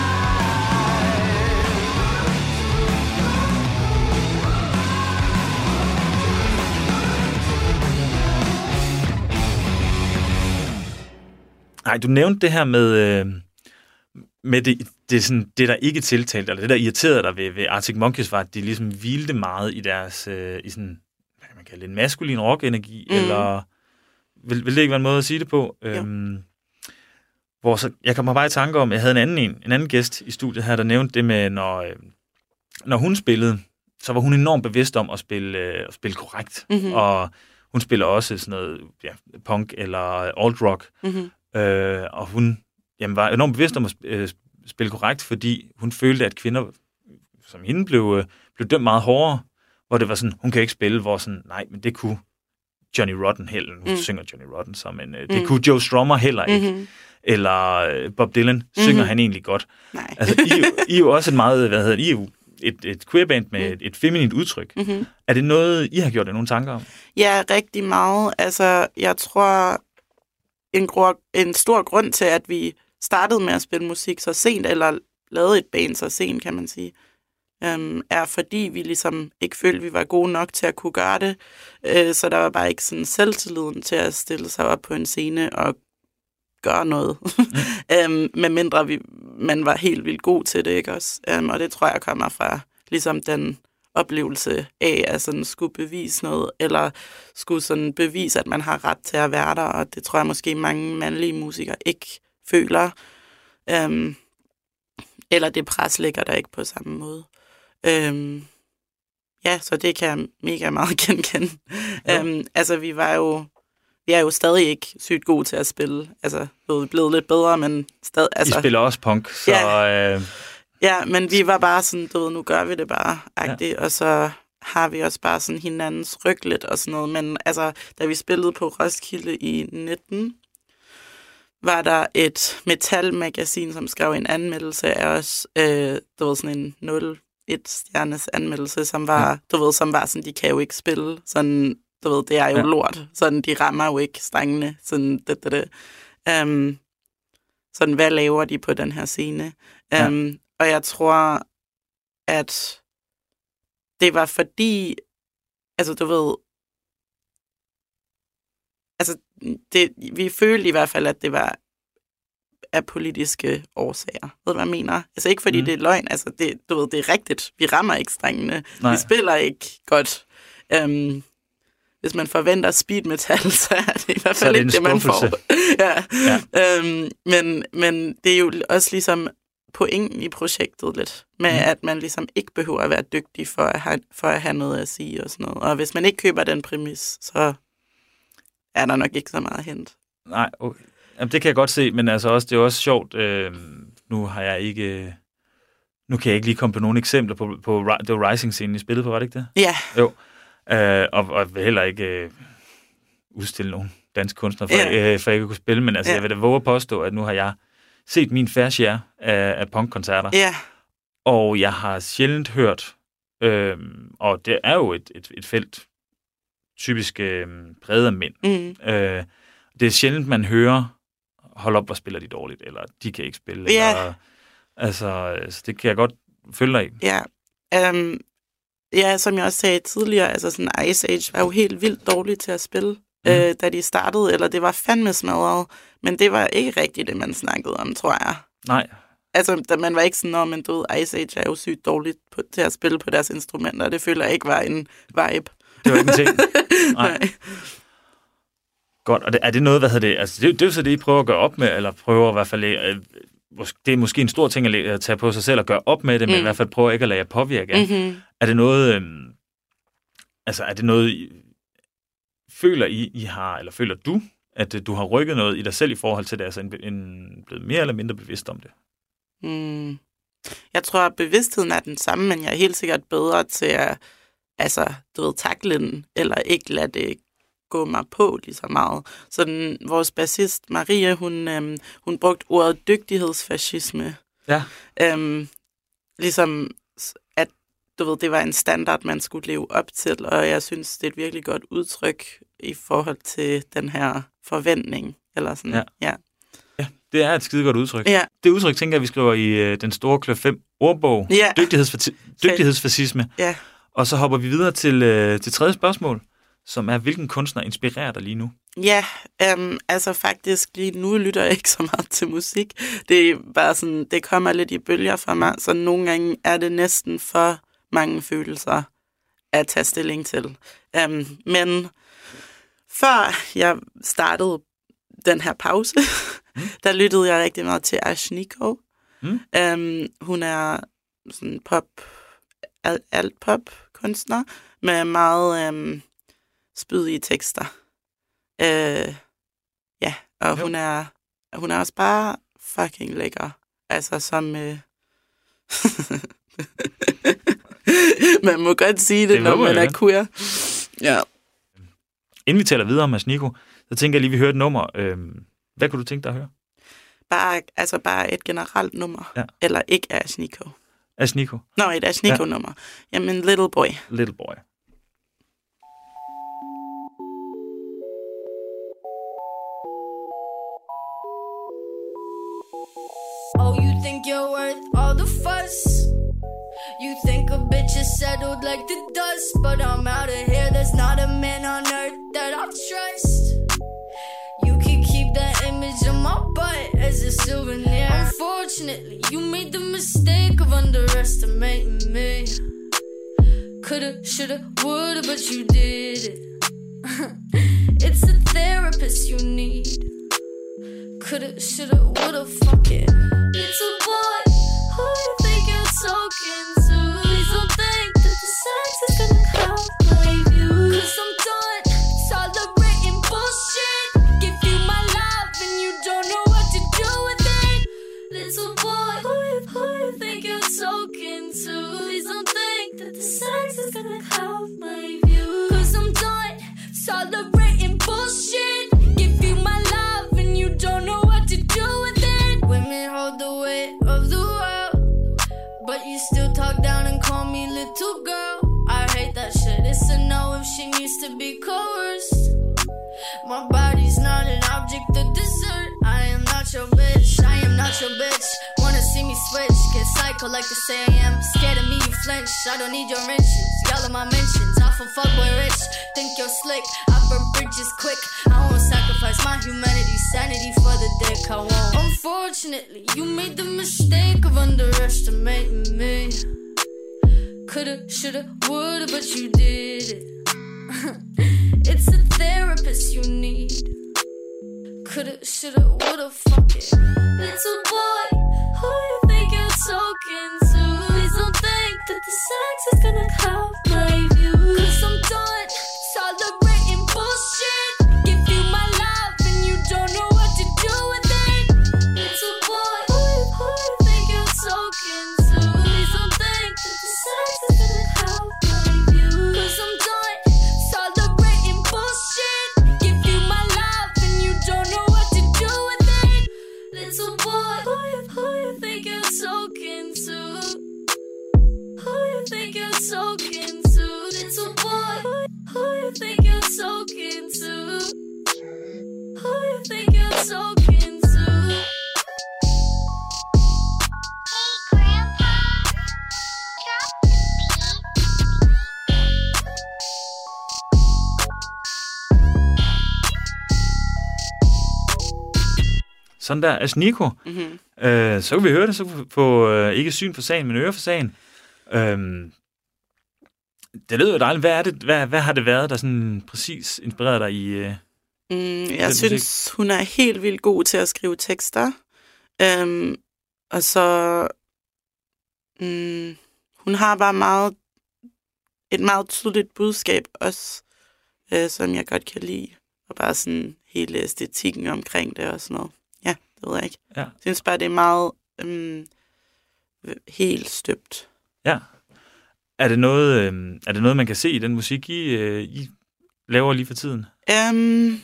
Nej, du nævnte det her med, øh, med det, det, sådan, det, der ikke tiltalte, eller det, der irriterede dig ved, ved Arctic Monkeys, var, at de ligesom hvilte meget i deres, øh, i sådan, hvad kan man kalde det, en maskulin rock-energi, mm. eller vil, vil det ikke være en måde at sige det på? Øhm, hvor så, jeg kommer bare i tanke om, jeg havde en anden, en, en anden gæst i studiet her, der nævnte det med, når, øh, når hun spillede, så var hun enormt bevidst om at spille, øh, at spille korrekt, mm-hmm. og hun spiller også sådan noget ja, punk eller alt-rock, mm-hmm. Øh, og hun jamen, var enormt bevidst om at øh, spille korrekt, fordi hun følte, at kvinder som hende blev, øh, blev dømt meget hårdere, hvor det var sådan, hun kan ikke spille, hvor sådan, nej, men det kunne Johnny Rotten heller, nu mm. synger Johnny Rotten så, men øh, det mm. kunne Joe Strummer heller ikke, mm-hmm. eller øh, Bob Dylan, synger mm-hmm. han egentlig godt. Nej. Altså, I, I er jo også et meget, hvad hedder det, I er jo et, et queerband med mm. et, et feminint udtryk. Mm-hmm. Er det noget, I har gjort jer nogle tanker om? Ja, rigtig meget. Altså, jeg tror... en, gro- en stor grund til, at vi startede med at spille musik så sent, eller lavede et band så sent, kan man sige, øhm, er fordi vi ligesom ikke følte, vi var gode nok til at kunne gøre det. Øh, så der var bare ikke sådan selvtilliden til at stille sig op på en scene og gøre noget. Mm. øhm, med mindre vi, man var helt vildt god til det, ikke også? Øhm, og det tror jeg kommer fra ligesom den oplevelse af at sådan skulle bevise noget, eller skulle sådan bevise, at man har ret til at være der, og det tror jeg måske mange mandlige musikere ikke føler. Øhm, eller det pres ligger der ikke på samme måde. Øhm, ja, så det kan jeg mega meget genkende. øhm, altså, vi var jo vi er jo stadig ikke sygt gode til at spille. Altså, vi er blevet lidt bedre, men stadig... Altså, I spiller også punk, så... Ja. Øh... Ja, men vi var bare sådan, du ved, nu gør vi det bare, agtigt, ja. Og så har vi også bare sådan hinandens ryg lidt og sådan noget. Men altså, da vi spillede på Roskilde i nitten, var der et metalmagasin, som skrev en anmeldelse af os, øh, du ved, sådan en nul et stjernes anmeldelse, som var, ja. du ved, som var sådan, de kan jo ikke spille, sådan, du ved, det er jo ja. lort, sådan, de rammer jo ikke strengene, sådan, det, det, det. Um, sådan, hvad laver de på den her scene? Um, ja. Og jeg tror, at det var fordi, altså, du ved, altså, det, vi følte i hvert fald, at det var af politiske årsager. Ved du, hvad jeg mener? Altså ikke fordi mm. det er løgn, altså det, du ved, det er rigtigt. Vi rammer ikke strengene. Nej. Vi spiller ikke godt. Um, hvis man forventer speed metal, så er det i hvert fald ikke det, man får. ja. Ja. Um, men, men det er jo også ligesom pointen i projektet lidt, med mm. at man ligesom ikke behøver at være dygtig for at, have, for at have noget at sige og sådan noget. Og hvis man ikke køber den præmis, så er der nok ikke så meget at hente. Nej, okay. Jamen, det kan jeg godt se, men altså også, det er også sjovt. Øh, nu har jeg ikke... Nu kan jeg ikke lige komme på nogle eksempler på, på det var Rising-scenen, I spillede på, var det ikke det? Ja. Jo. Øh, og, og vil heller ikke øh, udstille nogen danske kunstnere, for, ja. øh, for jeg ikke kunne spille, men altså, ja. jeg vil da våge at påstå, at nu har jeg set min fair share af, af punkkoncerter. Ja. Og jeg har sjældent hørt, øh, og det er jo et, et, et felt, typisk øh, præget af mænd. Mm. Øh, det er sjældent, man hører, hold op, hvor spiller de dårligt, eller de kan ikke spille. Ja. Eller, altså, så det kan jeg godt følge dig i. Ja. Um, ja, som jeg også sagde tidligere, altså sådan Ice Age var jo helt vildt dårligt til at spille, mm. øh, da de startede, eller det var fandme smadret, men det var ikke rigtigt det, man snakkede om, tror jeg. Nej. Altså, da man var ikke sådan, når man døde, Ice Age er jo sygt dårligt på, til at spille på deres instrumenter, det føler jeg ikke var en vibe. Det var ikke en ting. Nej. Nej. Godt, og det, er det noget, hvad hedder det, altså det, det er jo så det, I prøver at gøre op med, eller prøver i hvert fald, øh, det er måske en stor ting at tage på sig selv og gøre op med det, men mm. i hvert fald prøve ikke at lade jer påvirke. Mm-hmm. Er det noget, øh, altså er det noget, I, føler I, I har, eller føler du, at du har rykket noget i dig selv i forhold til det, altså en, en, blevet mere eller mindre bevidst om det? Mm. Jeg tror, at bevidstheden er den samme, men jeg er helt sikkert bedre til at, altså, du ved, takle den, eller ikke lade det gå mig på lige så meget. Så den, vores bassist Marie, hun, øhm, hun brugte ordet dygtighedsfascisme. Ja. Øhm, ligesom, at du ved, det var en standard, man skulle leve op til, og jeg synes, det er et virkelig godt udtryk i forhold til den her forventning. Eller sådan. Ja. Ja. Ja, det er et skide godt udtryk. Ja. Det udtryk, tænker jeg, vi skriver i øh, den store kløft fem ordbog. Ja. Dygtighedsfa- dygtighedsfascisme. Ja. Og så hopper vi videre til, øh, til tredje spørgsmål, som er, hvilken kunstner inspirerer dig lige nu? Ja, øhm, altså faktisk lige nu lytter jeg ikke så meget til musik. Det er bare sådan, det kommer lidt i bølger for mig, så nogle gange er det næsten for mange følelser at tage stilling til. Øhm, men før jeg startede den her pause, mm. der lyttede jeg rigtig meget til Ashniko. Mm. Øhm, hun er sådan pop, alt pop kunstner med meget øhm, spydige tekster. Øh, ja, og hun er, hun er også bare fucking lækker. Altså som... Øh... man må godt sige det, det når man er queer. Ja. Inden vi taler videre om Ashniko, så tænker jeg lige, vi hører et nummer. Øhm, hvad kunne du tænke dig at høre? Bare, altså bare et generelt nummer. Ja. Eller ikke Ashniko. Ashniko? Nå, et Ashniko-nummer. Ja. Jamen, Little Boy. Little Boy. Oh, you think you're worth all the fuss? You think a bitch is settled like the dust, but I'm out of here. There's not a man on earth that I trust. You can keep that image of my butt as a souvenir. Unfortunately, you made the mistake of underestimating me. Coulda, shoulda, woulda, but you did it. It's a therapist you need. Coulda, shoulda, woulda, fuck it. It's a boy who you think you're talking to. Please don't think that the sex is gonna help my view. Cause I'm done tolerating bullshit. Give you my love and you don't know what to do with it. Little boy, who you, who you think you're talking to? Please don't think that the sex is gonna help my view. Cause I'm done tolerating bullshit. Give you my love and you don't know what to do with it. Women hold the weight of the world, but you still talk down and call me little girl. I hate that shit. It's a no if she needs to be coerced. My body's not an object of dessert. I am not your bitch. I am not your bitch. Wanna see me switch? Get psycho like they say I am. Scared of me, you flinch. I don't need your inches. Y'all are my mentions. I for fuck boy rich. Think you're slick. I burn bridges quick. I won't sacrifice my humanity, sanity for the dick. I won't. Unfortunately, you made the mistake of underestimating me. Coulda, shoulda, woulda, but you did it. It's a therapist you need. Coulda, shoulda, woulda, fuck it. Little boy, who you think you're talking to? Please don't think that the sex is gonna help my view. Cause I'm done tolerating bullshit. Give you my love and you don't know what to do with it. Little boy, who you, who you think you're talking to? Please don't think that the sex is gonna help my view. Cause I'm done tolerating bullshit. Give you my love and you don't know what to do with it. Little boy, who you, who you think you're talking to? Who you think you're talking to? Little boy, who, who you think you're talking to? Who you think you're talking to? Hey, Grandpa, drop the beat. Sådan der, Ashniko. Mm-hmm. Øh, så kan vi høre det, så kan vi få øh, ikke syn for sagen, men øre for sagen. Øhm, det lyder jo dejligt. Hvad, er det, hvad, hvad har det været, der sådan præcis inspirerede dig i... Øh, Mm, jeg den synes, musik? hun er helt vildt god til at skrive tekster. Øhm, og så... Mm, hun har bare meget et meget tydeligt budskab også, øh, som jeg godt kan lide. Og bare sådan hele æstetikken omkring det og sådan noget. Ja, det ved jeg ikke. Ja. Jeg synes bare, det er meget øhm, helt støbt. Ja. Er det noget, øh, er det noget, man kan se i den musik, I, øh, I laver lige for tiden? Um,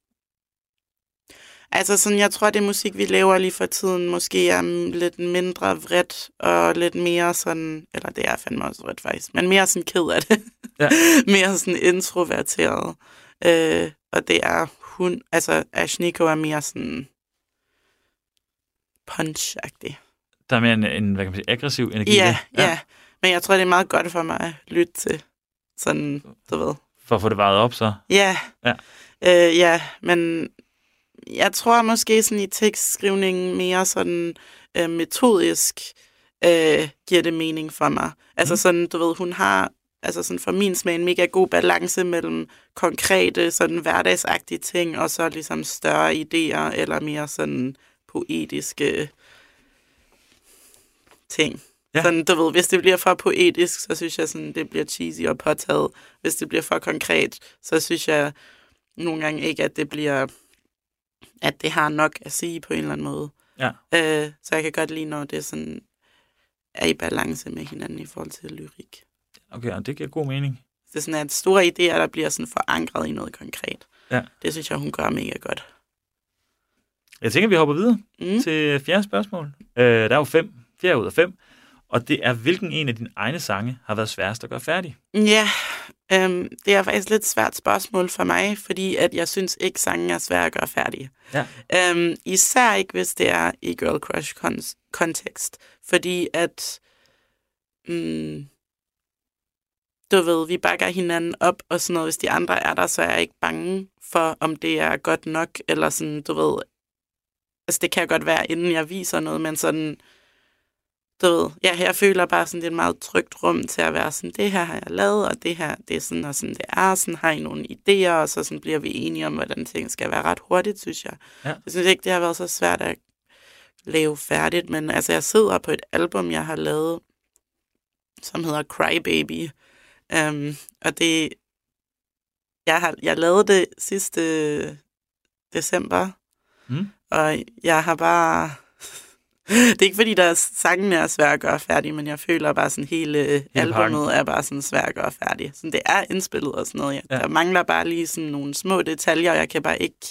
altså sådan, jeg tror, det musik, vi laver lige for tiden, måske er lidt mindre vredt, og lidt mere sådan, eller det er fandme også vredt faktisk, men mere sådan ked af det. Ja. Mere sådan introverteret. Uh, og det er hun, altså Ashniko er mere sådan punch-agtig. Der er mere en, en hvad kan man sige, aggressiv energi. Ja, i det. ja, ja. Men jeg tror, det er meget godt for mig at lytte til sådan, du ved. For at få det varet op, så. Ja, Ja. øh, ja, men jeg tror måske sådan i tekstskrivningen mere sådan øh, metodisk øh, giver det mening for mig. Altså Mm. sådan, du ved, hun har altså sådan for min smag en mega god balance mellem konkrete, sådan hverdagsagtige ting, og så ligesom større idéer, eller mere sådan poetiske ting. Ja. Sådan, du ved, hvis det bliver for poetisk, så synes jeg, sådan, det bliver cheesy og påtaget. Hvis det bliver for konkret, så synes jeg nogle gange ikke, at det bliver, at det har nok at sige på en eller anden måde. Ja. Øh, så jeg kan godt lide, når det sådan er i balance med hinanden i forhold til lyrik. Okay, og det giver god mening. Det er sådan, at store idéer, der bliver sådan forankret i noget konkret. Ja. Det synes jeg, hun gør mega godt. Jeg tænker, vi hopper videre Mm. til fjerde spørgsmål. Øh, der er jo fem. Fjerde ud af fem. Og det er, hvilken en af dine egne sange har været sværest at gøre færdig? Ja, øhm, det er faktisk et lidt svært spørgsmål for mig, fordi at jeg synes ikke, sangen er svær at gøre færdig. Ja. Øhm, især ikke, hvis det er i girl crush kontekst, fordi at mm, du ved, vi bakker hinanden op og sådan noget. Hvis de andre er der, så er jeg ikke bange for, om det er godt nok, eller sådan, du ved, altså det kan godt være, inden jeg viser noget, men sådan, du ved, ja, jeg føler bare sådan, det er et meget trygt rum til at være sådan, det her har jeg lavet, og det her, det er sådan, og sådan det er, sådan har I nogle idéer, og så sådan bliver vi enige om, hvordan ting skal være ret hurtigt, synes jeg. Ja. Jeg synes ikke, det har været så svært at lave færdigt, men altså, jeg sidder på et album, jeg har lavet, som hedder Cry Baby, um, og det, jeg har, jeg lavede det sidste december, Mm. og jeg har bare... Det er ikke, fordi der er sangene er svære at gøre færdig, men jeg føler bare sådan, hele, hele albumet pakken. Er bare sådan svært at gøre færdig. Så det er indspillet og sådan noget. Ja. Der mangler bare lige sådan nogle små detaljer, og jeg kan bare ikke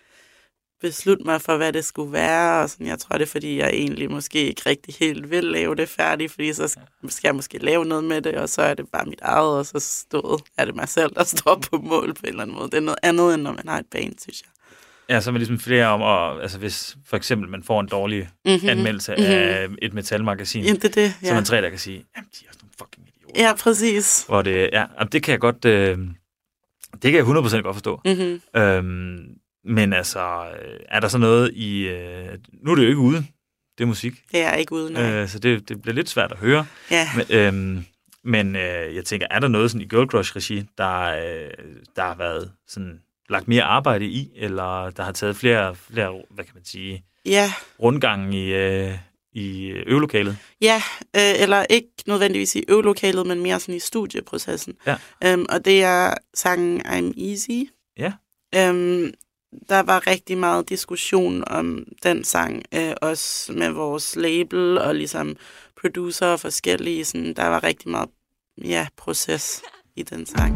beslutte mig for, hvad det skulle være. Og sådan, jeg tror, det er, fordi jeg egentlig måske ikke rigtig helt vil lave det færdigt, fordi så skal jeg måske lave noget med det, og så er det bare mit eget, og så stået, er det mig selv, der står på mål på en eller anden måde. Det er noget andet, end når man har et band, synes jeg. Ja, så er man ligesom flere om, at, altså hvis for eksempel man får en dårlig mm-hmm. anmeldelse mm-hmm. af et metalmagasin, ja, det, det, ja. så man tre, der kan sige, jamen, de er sådan nogle fucking idioter. Ja, præcis. Hvor det, ja, det kan jeg godt, øh, det kan jeg hundrede procent godt forstå. Mm-hmm. Øhm, men altså, er der så noget i, øh, nu er det jo ikke ude, det er musik. Det er ikke ude, nej. Øh, så det, det bliver lidt svært at høre. Ja. Men, øhm, men øh, jeg tænker, er der noget sådan i Girl Crush-regi, der, øh, der har været sådan lagt mere arbejde i, eller der har taget flere, flere hvad kan man sige, ja. rundgange i, øh, i øvelokalet? Ja, øh, eller ikke nødvendigvis i øvelokalet, men mere sådan i studieprocessen. Ja. Øhm, og det er sangen I'm Easy. Ja. Øhm, der var rigtig meget diskussion om den sang, øh, også med vores label og ligesom producer og forskellige. Sådan, der var rigtig meget ja, proces i den sang.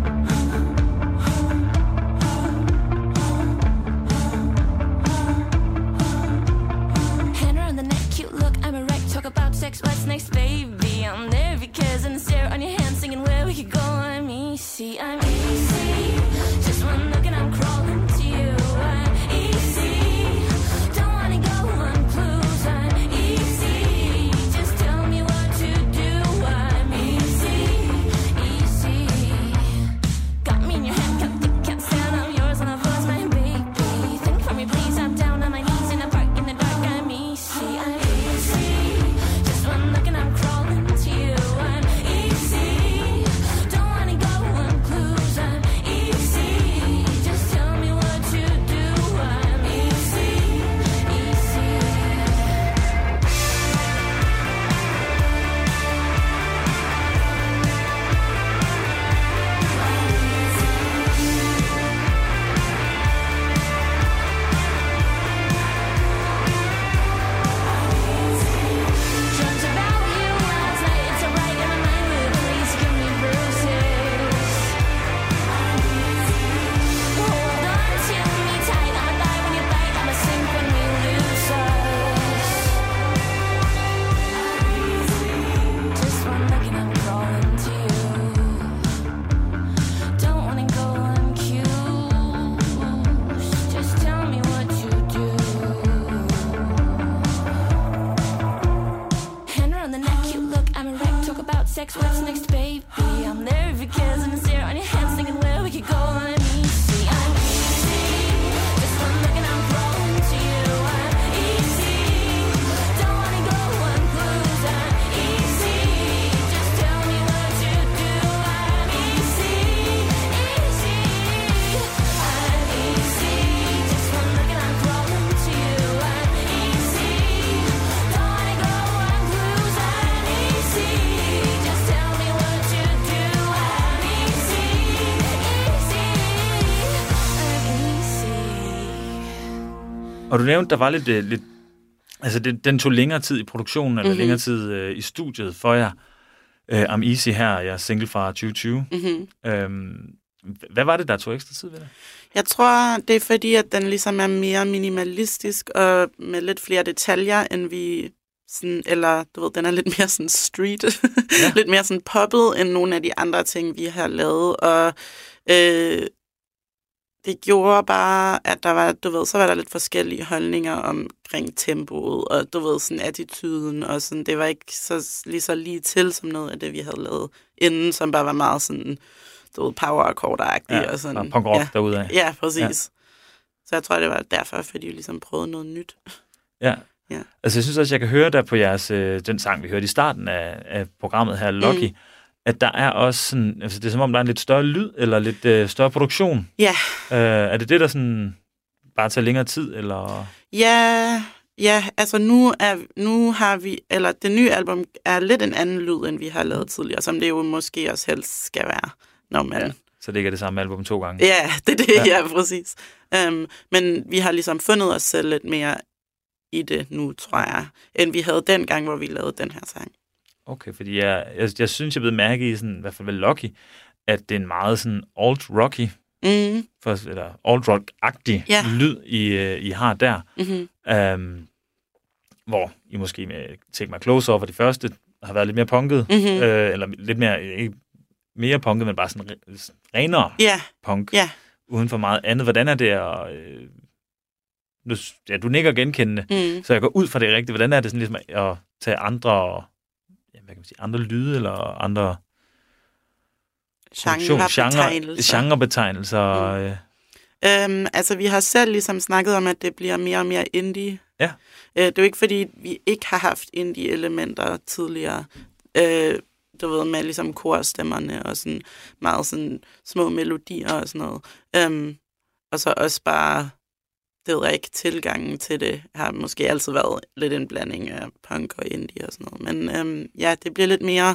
Sex, what's next, baby? I'm there because I'm stare on your hand, singing where we could go. I'm easy, I'm easy. Just one look and I'm crawling to you. I'm easy. Don't wanna go on clues. I'm easy. Just tell me what to do. I'm easy, easy. Got me in your hand, can't think, can't stand. I'm yours and I've lost my baby. Think for me, please. I'm down on my knees in a park in the dark. I'm easy, I'm easy. I'm looking, I'm crawling to you. I'm easy. Don't wanna go on clues. I'm easy. Just tell me what to do. I'm easy, easy. Dreamt about you last night. It's alright in my mind, but please give me bruises. Hold on to me tight. I'ma die when you bite. I'ma sink when we lose us. Just one look and I'm crawling to you. Don't wanna go on cues. Just tell me what you do. Hand around the neck, cute look, I'm a wreck. Talk about sex, what's next, baby? I'm there because I'm stare on your hands, thinking where we could go. I'm easy, I'm easy. Just one look and I'm crawling to you. I'm easy. Don't wanna go on clues. I'm easy. Just tell me what to do. I'm easy, easy. I'm easy. Just one look and I'm crawling to you. I'm easy. Don't wanna go on clues. I'm easy. Just tell me what to do. I'm easy, easy. I'm easy. Og du nævnte, der var lidt, øh, lidt altså det, den tog længere tid i produktionen, eller Mhm. længere tid øh, i studiet for jer. Øh, I'm Easy her, jeg er single fra tyve tyve. Mm-hmm. Øhm, hvad var det, der tog ekstra tid ved det? Jeg tror, det er fordi, at den ligesom er mere minimalistisk og med lidt flere detaljer, end vi sådan, eller du ved, den er lidt mere sådan street, Ja. lidt mere sådan poppet end nogle af de andre ting, vi har lavet, og øh, det gjorde bare, at der var, du ved, så var der lidt forskellige holdninger omkring tempoet, og du ved, sådan attituden, og sådan, det var ikke så lige så lige til som noget af det, vi havde lavet inden, som bare var meget sådan, du ved, power-akkord-agtigt, Ja, og sådan. og punk-rock ja, derudad. ja, præcis. Ja. Så jeg tror, det var derfor, fordi vi ligesom prøvede noget nyt. Ja. Ja. Altså, jeg synes også, jeg kan høre der på jeres, øh, den sang, vi hørte i starten af, af programmet her, Lucky, mm. at der er også sådan, altså det er som om, der er en lidt større lyd, eller lidt øh, større produktion. Ja. Øh, er det det, der sådan bare tager længere tid, eller? Ja, ja, altså nu, er, nu har vi, eller det nye album er lidt en anden lyd, end vi har lavet tidligere, som det jo måske også helst skal være, når man... Ja. Så det ikke er det samme album to gange? Ja, det er det, Ja. ja, ja præcis. Um, men vi har ligesom fundet os selv lidt mere i det nu, tror jeg, end vi havde dengang, hvor vi lavede den her sang. Okay, fordi jeg, jeg, jeg synes, jeg blev mærke i, sådan, i hvert fald ved Lucky, at det er en meget sådan alt-rocky, Mm, for, eller alt-rock-agtig Ja. lyd, I, øh, I har der. mm-hmm. Um, hvor I måske med Take My Clothes Off, og de første har været lidt mere punket, Mm-hmm. øh, eller lidt mere, ikke mere punket, men bare sådan re- renere Ja, punk, ja. uden for meget andet. Hvordan er det at... Øh, du, ja, du nikker genkendende, Mm. så jeg går ud fra det rigtigt. Hvordan er det sådan ligesom at tage andre, ja, hvad kan man sige, andre lyde, eller andre produktion- Genrebetegnelser. genrebetegnelser? Mm. Øh, Øhm, altså, vi har selv ligesom snakket om, at det bliver mere og mere indie. Ja. Øh, det er jo ikke, fordi vi ikke har haft indie-elementer tidligere. Øh, du ved, med ligesom korstemmerne og sådan meget sådan små melodier og sådan noget. Øhm, og så også bare, det ved jeg ikke, tilgangen til det har måske altid været lidt en blanding af punk og indie og sådan noget. Men øhm, ja, det bliver lidt mere...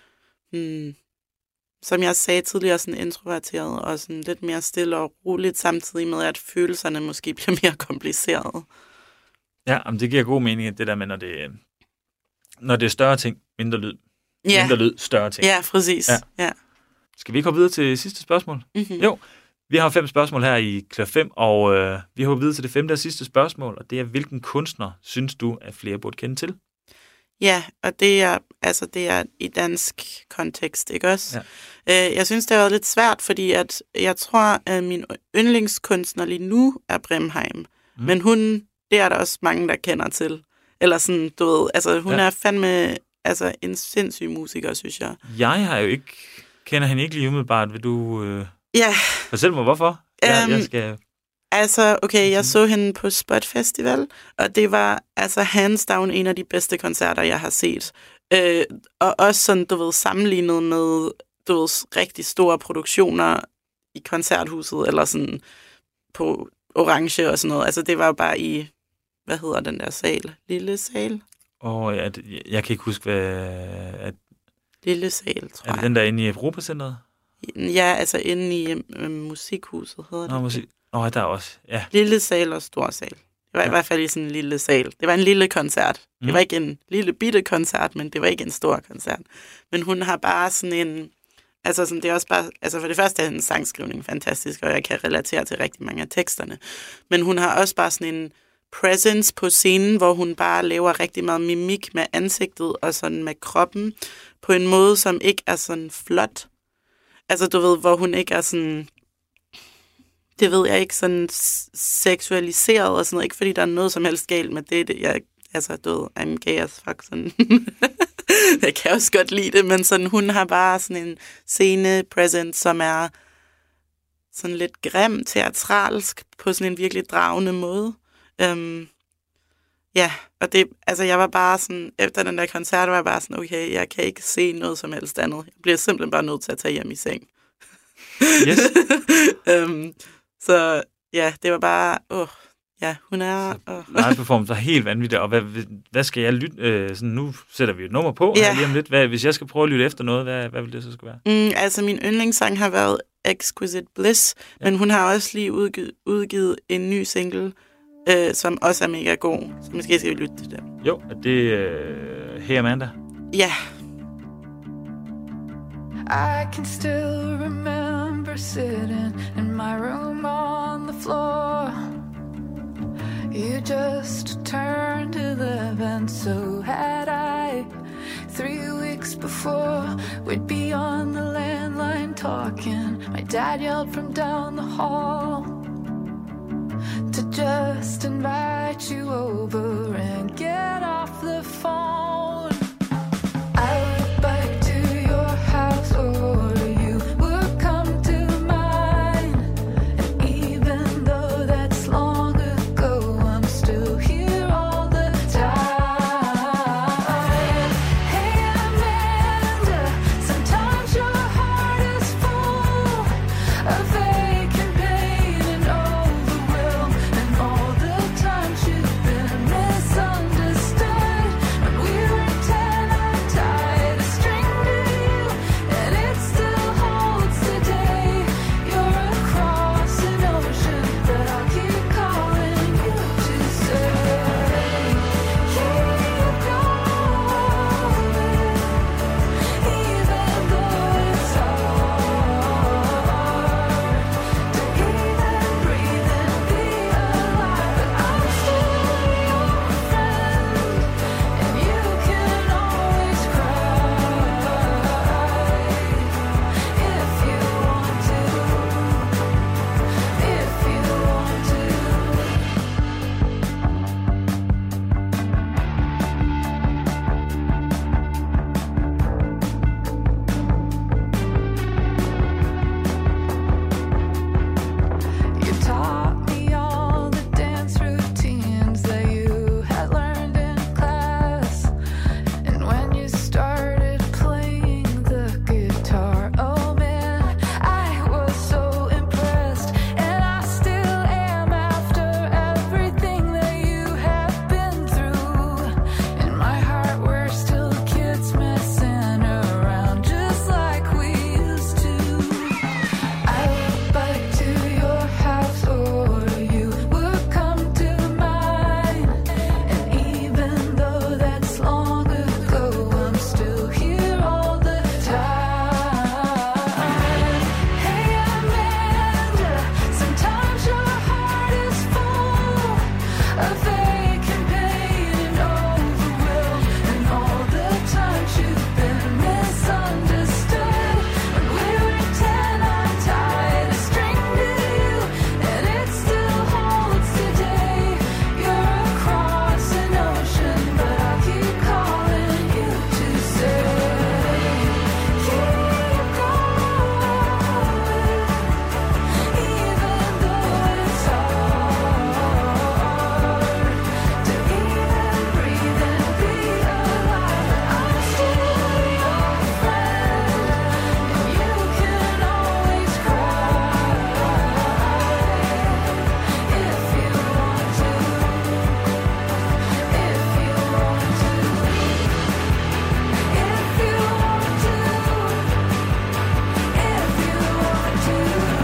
Hmm, som jeg sagde tidligere, sådan introverteret og sådan lidt mere stille og roligt, samtidig med, at følelserne måske bliver mere komplicerede. ja, men det giver god mening, at det der med, når det, når det er større ting, mindre lyd. Ja, Mindre lyd, større ting. ja præcis. Ja. Ja. Ja. Skal vi ikke hoppe videre til sidste spørgsmål? Mm-hmm. Jo. Vi har fem spørgsmål her i Klør fem, og øh, vi hopper videre til det femte og sidste spørgsmål, og det er, hvilken kunstner synes du, at flere burde kende til? Ja, og det er, altså, det er i dansk kontekst, ikke også? Ja. Øh, jeg synes, det har været lidt svært, fordi at jeg tror, at min yndlingskunstner lige nu er Brimheim. Mm. Men hun, det er der også mange, der kender til. Eller sådan, du ved, altså hun Ja. er fandme altså, en sindssyg musiker, synes jeg. Jeg har jo ikke, kender hende ikke lige umiddelbart. Vil du øh, Ja, fortælle mig, hvorfor? Jeg, Øhm, jeg skal... altså, okay, jeg så hende på Spot Festival, og det var altså hands down en af de bedste koncerter, jeg har set. Øh, og også sådan, du ved, sammenlignet med, du ved, rigtig store produktioner i koncerthuset, eller sådan på Orange og sådan noget. Altså, det var jo bare i, hvad hedder den der sal? Lille sal? Og jeg, jeg kan ikke huske, hvad... Er, Lille sal, tror er det jeg. den der inde i Europacenteret? Ja, altså inde i øh, musikhuset hedder det. Nå, musik. Åh, der er også... Ja. Lille sal og stor sal. Det var ja. i hvert fald i sådan en lille sal. Det var en lille koncert. Mm. Det var ikke en lille bitte koncert, men det var ikke en stor koncert. Men hun har bare sådan en... Altså, sådan, det er også bare... Altså, for det første er hendes sangskrivning fantastisk, og jeg kan relatere til rigtig mange af teksterne. Men hun har også bare sådan en presence på scenen, hvor hun bare laver rigtig meget mimik med ansigtet og sådan med kroppen, på en måde, som ikke er sådan flot. Altså, du ved, hvor hun ikke er sådan... Det ved jeg ikke, sådan seksualiseret og sådan noget. Ikke fordi der er noget som helst galt med det. det jeg, altså, du ved, I'm gay as fuck. Sådan. Jeg kan også godt lide det, men sådan, hun har bare sådan en scene present, som er sådan lidt grim, teatralsk, på sådan en virkelig dragende måde. Um, ja, og det, altså jeg var bare sådan, efter den der koncert, var jeg bare sådan, okay, jeg kan ikke se noget som helst andet. Jeg bliver simpelthen bare nødt til at tage hjem i seng. Yes. um, så ja, det var bare, åh, ja, hun er... Åh. Live performance er helt vanvittigt, og hvad, hvad skal jeg lytte? Øh, sådan, nu sætter vi et nummer på Ja. her lige om lidt. Hvad, hvis jeg skal prøve at lytte efter noget, hvad, hvad vil det så skal være? Mm, altså, min yndlingssang har været Exquisite Bliss, ja. Men hun har også lige udgivet, udgivet en ny single, øh, som også er mega god. Så måske skal vi lytte til den. Jo, er det øh, Hey Amanda? Ja. I can still remember sitting in my room on the floor. You just turned eleven, so had I. Three weeks before, we'd be on the landline talking. My dad yelled from down the hall to just invite you over and get off the phone. I would bike to your house or you would come to mine. And even though that's long ago, I'm still here all the time. Hey Amanda, sometimes your heart is full of vacant pain and overwhelm, and all the times you've been misunderstood. When we were ten, I tied a string to you, and it still holds today. You're across an ocean, but I'll keep calling you to say, keep going, even though it's hard to even breathe and be alive. But I'm still your friend, and you can always cry if you want to, if you want to. You taught me all the dance routines that you had learned in class. And when you started playing the guitar, oh man, I was so impressed. And I still am after everything that you have been through. In my heart, we're still kids messing around just like we used to. I would bike to your house or you would come to mine. And even though that's long ago, I'm still here all the time. Hey Amanda, sometimes your heart is full of vacant pain and overwhelm, and all the times you've been misunderstood. When we were ten, I tied a string to you, and it still holds today. You're across an ocean, but I'll keep calling you to say, keep going, even though it's hard to even breathe and be alive. I'm still your friend, and you can always cry if you want to, if you want to, if you want to, if you want to.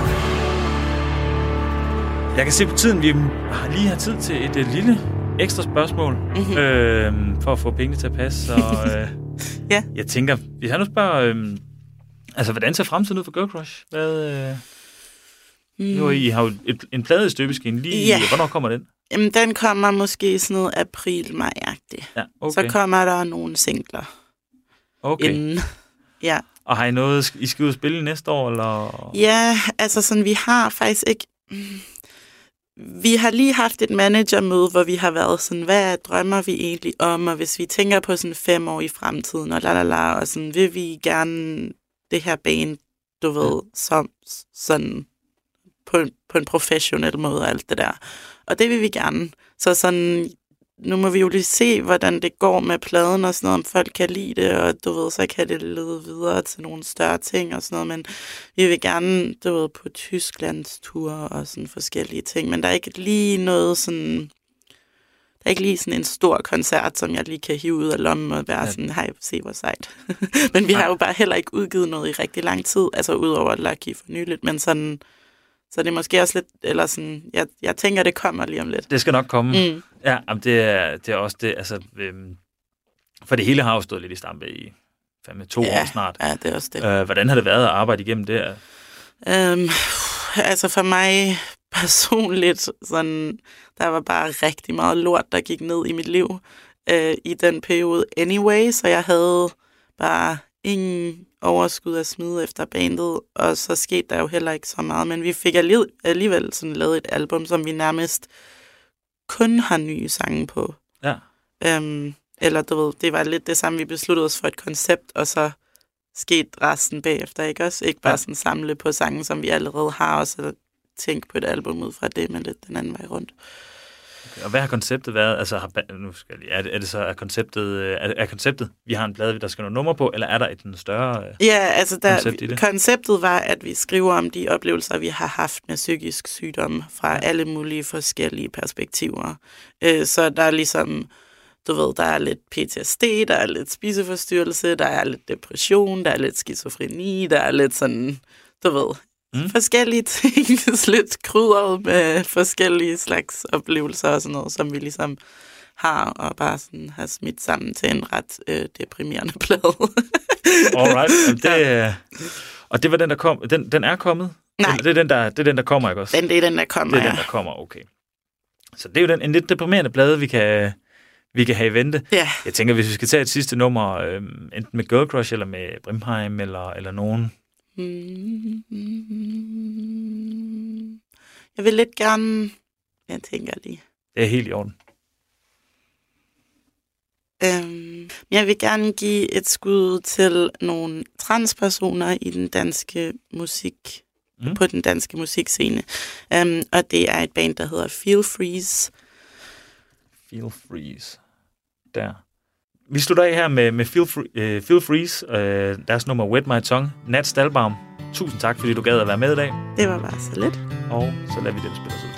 Jeg kan se på tiden, vi har lige har tid til et, et lille ekstra spørgsmål, mm-hmm. øh, for at få pengene til at passe. Så øh, Ja. jeg tænker, vi har nu spørge, øh, altså hvordan ser fremtiden ud for Girl Crush? Hvad, øh, nu, I har jo et, en plade i støbeskeen lige, Ja. hvornår kommer den? Jamen, den kommer måske i sådan noget april-maj-agtigt. Ja, okay. Så kommer der nogle singler okay. inden. Ja. Og har I noget, I skal ud og spille næste år, eller? Ja, altså sådan, vi har faktisk ikke... Vi har lige haft et managermøde, hvor vi har været sådan, hvad drømmer vi egentlig om, og hvis vi tænker på sådan fem år i fremtiden, og la la la, og sådan, vil vi gerne det her band, du ved, som sådan på, på en professionel måde og alt det der. Og det vil vi gerne. Så sådan, nu må vi jo lige se, hvordan det går med pladen og sådan noget, om folk kan lide det, og du ved, så kan det lede videre til nogle større ting og sådan noget, men vi vil gerne, du ved, på Tysklands tur og sådan forskellige ting, men der er ikke lige noget sådan, der er ikke lige sådan en stor koncert, som jeg lige kan hive ud af lommen og være ja. sådan, hej, se hvor sejt. Men vi har jo bare heller ikke udgivet noget i rigtig lang tid, altså udover Lucky for nyligt, men sådan, så det er måske også lidt, eller sådan, jeg, jeg tænker, det kommer lige om lidt. Det skal nok komme. Mm. Ja, jamen det, er, det er også det, altså, øhm, for det hele har jo stået lidt i stampe i fandme to ja, år snart. Ja, det er også det. Øh, hvordan har det været at arbejde igennem det? Øhm, altså for mig personligt, sådan, der var bare rigtig meget lort, der gik ned i mit liv øh, i den periode anyway, så jeg havde bare ingen overskud at smide efter bandet, og så skete der jo heller ikke så meget, men vi fik alligevel sådan lavet et album, som vi nærmest kun har nye sange på. Ja. Øhm, eller du ved, det var lidt det samme, vi besluttede os for et koncept, og så skete resten bagefter, ikke også? Ikke bare Ja. sådan samle på sange, som vi allerede har, og så tænke på et album ud fra det, men lidt den anden vej rundt. Okay. Og hvad har konceptet været? Altså, har, ba- nu skal jeg lige, er, det, er det så er konceptet, øh, er, er konceptet, vi har en plade, der skal nogle numre på, eller er der et en større øh, Ja, altså der, koncept i det? konceptet var, at vi skriver om de oplevelser, vi har haft med psykisk sygdom fra ja. alle mulige forskellige perspektiver. Øh, så der er ligesom, du ved, der er lidt P T S D, der er lidt spiseforstyrrelse, der er lidt depression, der er lidt skizofreni, der er lidt sådan, du ved, mm. forskellige ting, lidt krydret med forskellige slags oplevelser og sådan noget, som vi ligesom har, og bare sådan har smidt sammen til en ret øh, deprimerende plade. Alright. Og det, og det var den, der kom. Den, den er kommet? Nej. Eller det er den, der, det er den, der kommer, ikke også? Den, det er den, der kommer, Det er ja. den, der kommer, okay. Så det er jo den, en lidt deprimerende plade, vi kan, vi kan have i vente. Ja. Jeg tænker, hvis vi skal tage et sidste nummer, øh, enten med Girl Crush, eller med Brimheim, eller, eller nogen. Mm, jeg vil lidt gerne... Jeg tænker lige. Det er helt i orden. Øhm, jeg vil gerne give et skud til nogle transpersoner i den danske musik, mm. på den danske musikscene. Um, og det er et band, der hedder Feel Freeze. Feel Freeze. Der. Vi slutter af her med, med Feel, Free, uh, Feel Freeze, uh, deres nummer Wet My Tongue. Nat Stalbaum, tusind tak, fordi du gad at være med i dag. Det var bare så lidt. Og så lader vi den spille os ud.